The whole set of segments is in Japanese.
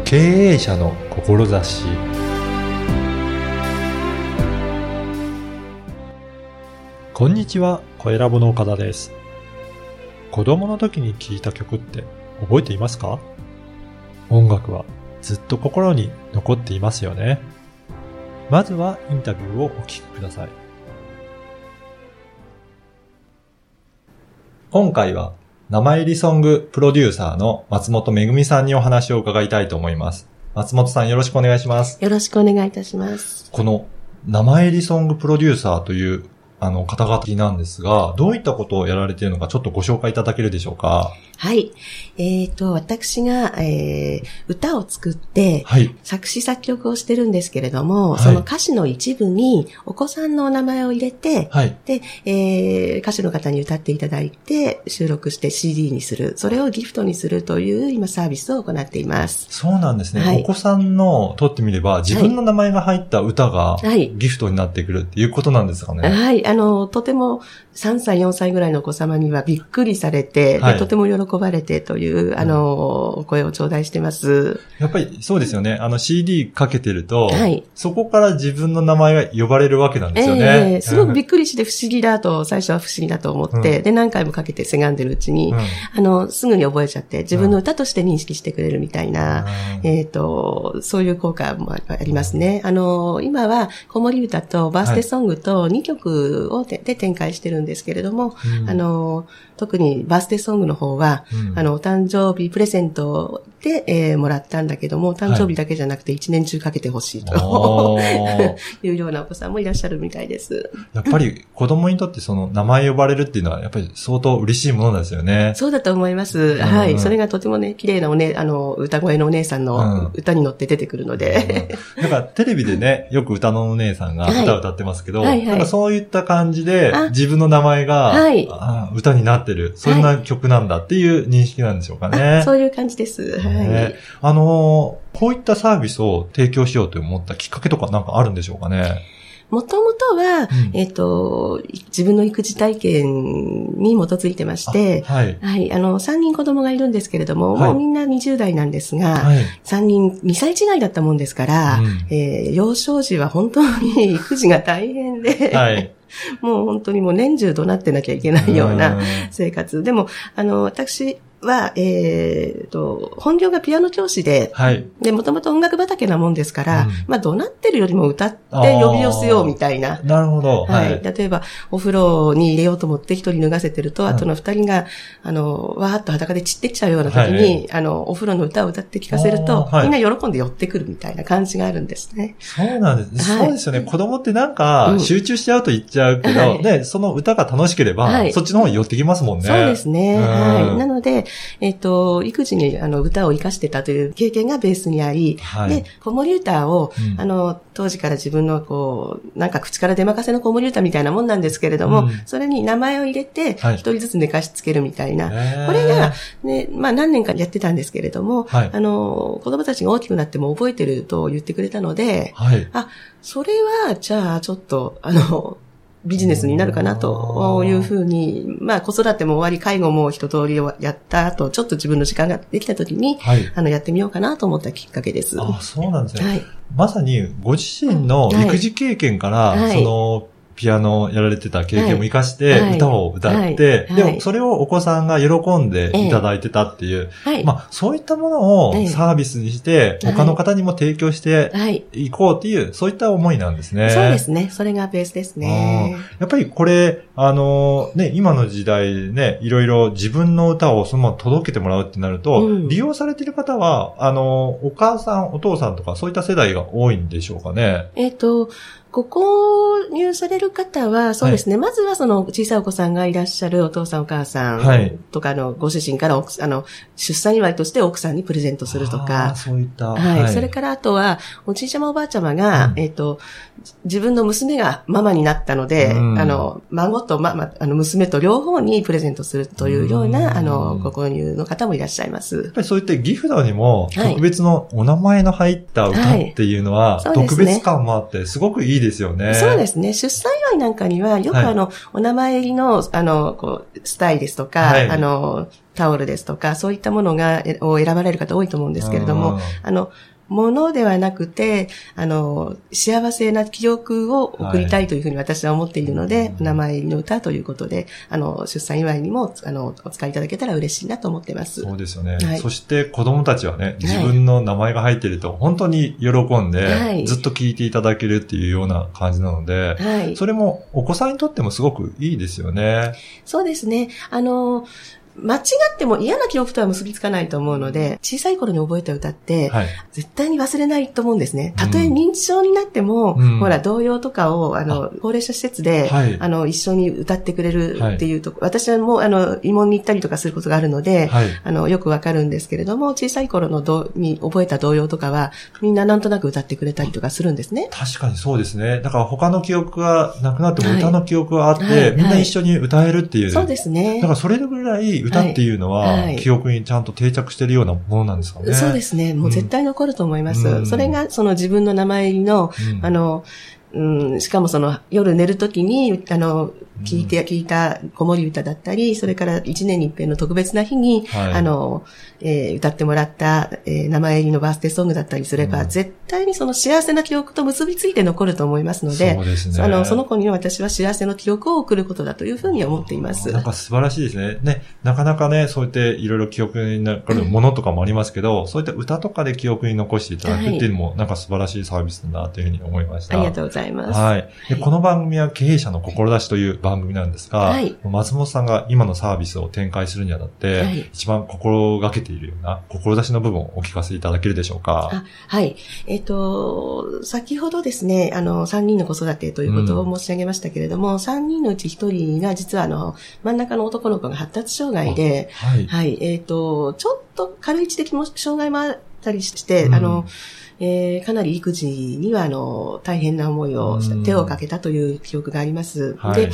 経営者の志。こんにちは、声ラボの岡田です。子供の時に聴いた曲って覚えていますか？音楽はずっと心に残っていますよね。まずはインタビューをお聞きください。今回は生入りソングプロデューサーの松本めぐみさんにお話を伺いたいと思います。松本さん、よろしくお願いします。 よろしくお願いいたします。 この生入りソングプロデューサーという方々なんですが、どういったことをやられているのかちょっとご紹介いただけるでしょうか？ はい。私が、歌を作って、はい、作詞作曲をしてるんですけれども、はい、その歌詞の一部にお子さんのお名前を入れて、はい、で、歌手の方に歌っていただいて、収録して CD にする。それをギフトにするという今サービスを行っています。 そうなんですね。はい、お子さんのとってみれば、自分の名前が入った歌がギフトになってくるっていうことなんですかね？ はい。とても3歳、4歳ぐらいのお子様にはびっくりされて、はい、とても喜ばれてという、お声を頂戴してます。 やっぱりそうですよね。CD かけてると、はい、そこから自分の名前が呼ばれるわけなんですよね。 すごくびっくりして不思議だと、最初は不思議だと思って、で、何回もかけてせがんでるうちに、すぐに覚えちゃって、自分の歌として認識してくれるみたいな、そういう効果もありますね。今は、子守歌とバースデーソングと2曲で展開してるんですけれども、特にバースデーソングの方は、お誕生日プレゼントで、もらったんだけども、誕生日だけじゃなくて一年中かけてほしいと、いうようなお子さんもいらっしゃるみたいです。 やっぱり子供にとってその名前呼ばれるっていうのはやっぱり相当嬉しいものですよね。 そうだと思います。はい。それがとてもね、綺麗な歌声のお姉さんの歌に乗って出てくるので。 なんかテレビでね、よく歌のお姉さんが歌を歌ってますけど、なんかそういった感じで自分の名前が歌になってる、そんな曲なんだっていう認識なんでしょうかね。 そういう感じです。はい。 こういったサービスを提供しようと思ったきっかけとかなんかあるんでしょうかね？ もともとは、自分の育児体験に基づいてまして、はい。はい。3人子供がいるんですけれども、もうみんな20代なんですが、3人2歳違いだったもんですから、幼少時は本当に育児が大変で、はい。もう本当にもう年中怒鳴ってなきゃいけないような生活。でも、私は、本業がピアノ教師で、はい。で、もともと音楽畑なもんですから、怒鳴ってるよりも歌って呼び寄せようみたいな。 なるほど。 はい。例えば、お風呂に入れようと思って一人脱がせてると、後の二人が、わーっと裸で散ってっちゃうような時に、お風呂の歌を歌って聴かせると、みんな喜んで寄ってくるみたいな感じがあるんですね。 そうなんです。そうですよね。子供ってなんか、集中しちゃうと言っちゃうけど、で、その歌が楽しければ、そっちの方に寄ってきますもんね。 そうですね。はい。なので、育児に歌を活かしてたという経験がベースにあり、で、子守歌を、当時から自分のなんか口から出任せの子守歌みたいなもんなんですけれども、それに名前を入れて、一人ずつ寝かしつけるみたいな。これが、ね、何年かやってたんですけれども、子供たちが大きくなっても覚えてると言ってくれたので、それは、じゃあ、ちょっと、ビジネスになるかなというふうに、子育ても終わり、介護も一通りやった後、ちょっと自分の時間ができた時に、やってみようかなと思ったきっかけです。 そうなんですね。はい、まさに、ご自身の育児経験から、ピアノをやられてた経験も活かして歌を歌って、で、それをお子さんが喜んでいただいてたっていう、そういったものをサービスにして、他の方にも提供していこうっていう、そういった思いなんですね。 そうですね。それがベースですね。 やっぱりこれ、今の時代ね、いろいろ自分の歌をそのまま届けてもらうってなると、利用されている方は、お母さん、お父さんとかそういった世代が多いんでしょうかね。 ご購入される方は、そうですね。まずは小さいお子さんがいらっしゃるお父さんお母さんとかご主人から出産祝いとして奥さんにプレゼントするとか。 そういった。 はい。それからあとは、おじいちゃまおばあちゃまが、自分の娘がママになったので、孫と、娘と両方にプレゼントするというような、ご購入の方もいらっしゃいます。 やっぱりそういったギフトにも、特別のお名前の入った歌っていうのは、特別感もあって、すごくいいですよね。 そうですね。出産祝いなんかには、よくお名前入りの、スタイですとか、タオルですとか、そういったものを選ばれる方多いと思うんですけれども、ものではなくて、幸せな記憶を送りたいというふうに私は思っているので、名前入りの歌ということで、出産祝いにも、お使いいただけたら嬉しいなと思っています。 そうですよね。そして子供たちはね、自分の名前が入っていると本当に喜んで、ずっと聞いていただけるっていうような感じなので、それもお子さんにとってもすごくいいですよね。 そうですね。間違っても嫌な記憶とは結びつかないと思うので、小さい頃に覚えた歌って、絶対に忘れないと思うんですね。たとえ認知症になっても、ほら、童謡とかを、高齢者施設で、一緒に歌ってくれるっていうとこ、私はもう、慰問に行ったりとかすることがあるので、よくわかるんですけれども、小さい頃に覚えた童謡とかは、みんななんとなく歌ってくれたりとかするんですね。 確かにそうですね。だから他の記憶がなくなっても歌の記憶があって、みんな一緒に歌えるっていう。 そうですね。 だからそれぐらい、歌っていうのは、記憶にちゃんと定着しているようなものなんですかね。 そうですね。もう絶対残ると思います。それが、その自分の名前入りの、しかも夜寝るときに、聞いた子守歌だったり、それから1年に一遍の特別な日に、歌ってもらった、名前入りのバースデーソングだったりすれば、絶対にその幸せな記憶と結びついて残ると思いますので、 そうですね。 その子には私は幸せの記憶を送ることだというふうに思っています。 なんか素晴らしいですね。ね、なかなかね、そうやっていろいろ記憶に残るものとかもありますけど、そういった歌とかで記憶に残していただくっていうのも、なんか素晴らしいサービスだなというふうに思いました。 ありがとうございます。 はい。で、この番組は経営者の志という番組なんですが、松本さんが今のサービスを展開するにあたって、一番心がけているような志の部分をお聞かせいただけるでしょうか。 はい。先ほどですね、3人の子育てということを申し上げましたけれども、3人のうち1人が実は真ん中の男の子が発達障害で、ちょっと軽い知的障害もあったりして、かなり育児には大変な思いを手をかけたという記憶があります。で、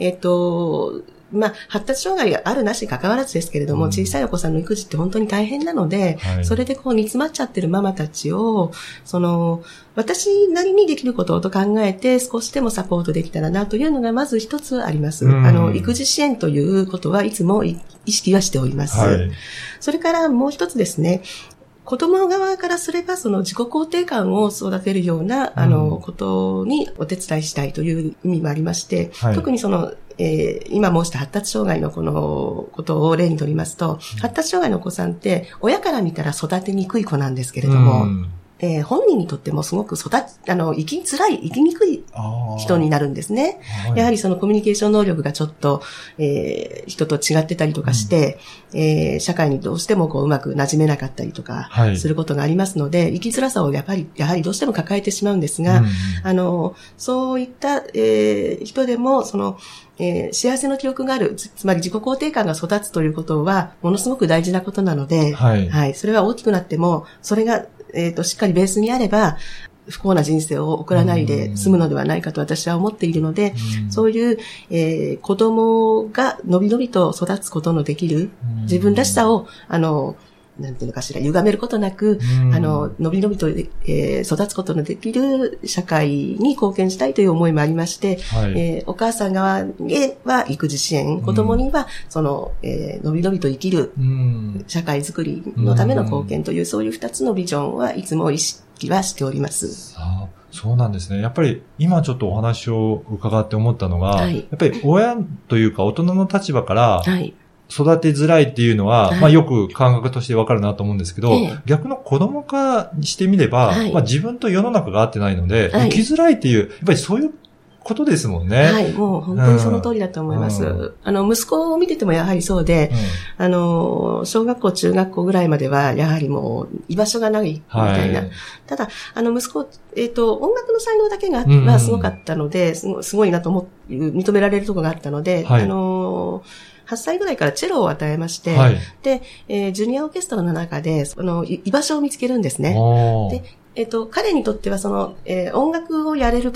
発達障害があるなし関わらずですけれども、小さいお子さんの育児って本当に大変なので、それで煮詰まっちゃってるママたちを、私なりにできることと考えて少しでもサポートできたらなというのがまず一つあります。育児支援ということはいつも意識はしております。それからもう一つですね、子供側からすれば自己肯定感を育てるようなことにお手伝いしたいという意味もありまして、特に今申した発達障害のこのことを例にとりますと、発達障害のお子さんって親から見たら育てにくい子なんですけれども、本人にとってもすごく生きづらい、生きにくい人になるんですね。やはりコミュニケーション能力がちょっと、人と違ってたりとかして、社会にどうしてもうまく馴染めなかったりとかすることがありますので、生きづらさをやはりどうしても抱えてしまうんですが、そういった、人でも幸せの記憶がある、つまり自己肯定感が育つということはものすごく大事なことなので、それは大きくなっても、それがしっかりベースにあれば、不幸な人生を送らないで済むのではないかと私は思っているので、そういう、子供がのびのびと育つことのできる、自分らしさを、なんていうのかしら、歪めることなく、のびのびと、育つことのできる社会に貢献したいという思いもありまして、お母さん側へは育児支援、子供には、のびのびと生きる、社会づくりのための貢献という、そういう二つのビジョンはいつも意識はしております。 そうなんですね。やっぱり今ちょっとお話を伺って思ったのが、やっぱり親というか大人の立場から、育てづらいっていうのは、よく感覚としてわかるなと思うんですけど、逆の子供化にしてみれば、自分と世の中が合ってないので、生きづらいっていう、やっぱりそういうことですもんね。 もう本当にその通りだと思います。息子を見ててもやはりそうで、小学校、中学校ぐらいまでは、やはりもう居場所がないみたいな。ただ、息子、音楽の才能だけが、すごかったので、すごいなと認められるところがあったので、8歳ぐらいからチェロを与えまして、で、ジュニアオーケストラの中で、居場所を見つけるんですね。で、彼にとっては音楽をやれる場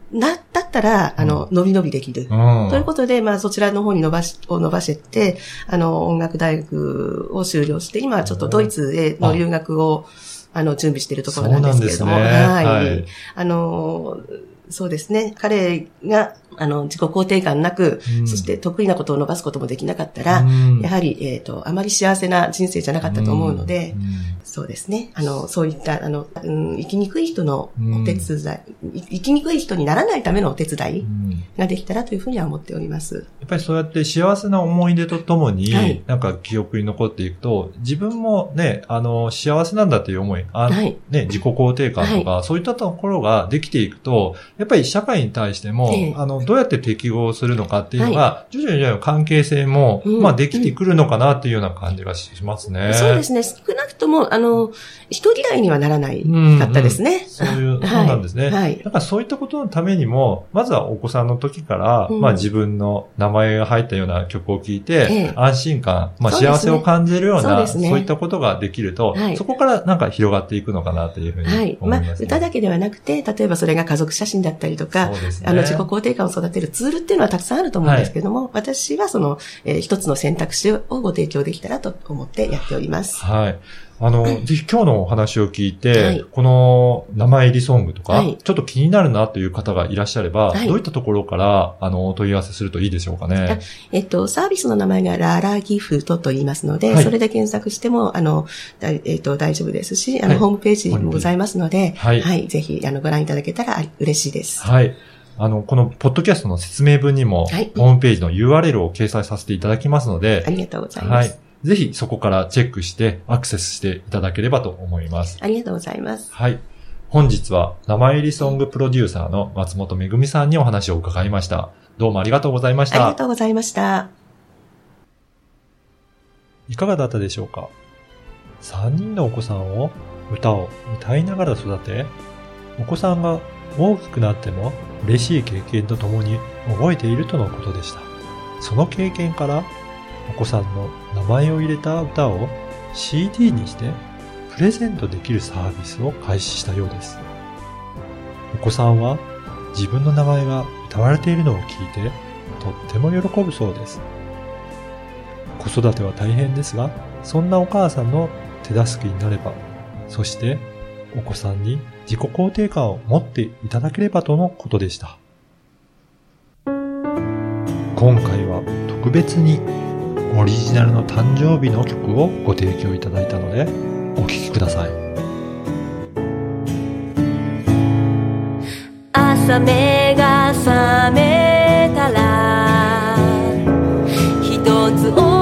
だったら、伸び伸びできる。ということで、そちらの方に伸ばしてって、音楽大学を修了して、今はちょっとドイツへの留学を、準備しているところなんですけれども。 そうなんですね。 はい。そうですね。彼が、自己肯定感なく、そして得意なことを伸ばすこともできなかったら、やはり、あまり幸せな人生じゃなかったと思うので、そうですね。そういった、生きにくい人のお手伝い、生きにくい人にならないためのお手伝いができたらというふうには思っております。 やっぱりそうやって幸せな思い出とともに、なんか記憶に残っていくと、自分もね、幸せなんだという思い、ね、自己肯定感とか、そういったところができていくと、やっぱり社会に対しても、どうやって適合するのかっていうのが、徐々に関係性も、できてくるのかなっていうような感じがしますね。 そうですね。少なくとも、人嫌いにはならないかったですね。 そうなんですね。だからそういったことのためにも、まずはお子さんの時から、自分の名前が入ったような曲を聴いて、安心感、幸せを感じるような、そういったことができると、そこからなんか広がっていくのかなというふうに思います。 歌だけではなくて、例えばそれが家族写真だったりとか、自己肯定感を育てるツールっていうのはたくさんあると思うんですけども、私はその、一つの選択肢をご提供できたらと思ってやっております。 はい。ぜひ今日のお話を聞いて、この名前入りソングとか、ちょっと気になるなという方がいらっしゃれば、どういったところから、お問い合わせするといいでしょうかね。 サービスの名前がララギフトと言いますので、それで検索しても、大丈夫ですし、ホームページもございますので、ぜひ、ご覧いただけたら嬉しいです。 はい。このポッドキャストの説明文にも、ホームページの URL を掲載させていただきますので、 ありがとうございます。 ぜひそこからチェックしてアクセスしていただければと思います。 ありがとうございます。 はい。本日は名前入りソングプロデューサーの松本めぐみさんにお話を伺いました。どうもありがとうございました。 ありがとうございました。 いかがだったでしょうか？3人のお子さんを歌を歌いながら育て、お子さんが大きくなっても嬉しい経験とともに覚えているとのことでした。その経験からお子さんの名前を入れた歌を CD にしてプレゼントできるサービスを開始したようです。お子さんは自分の名前が歌われているのを聞いてとっても喜ぶそうです。子育ては大変ですが、そんなお母さんの手助けになれば、そしてお子さんに自己肯定感を持っていただければとのことでした。今回は特別にオリジナルの誕生日の曲をご提供いただいたのでお聴きください。 朝目が覚めたら一つ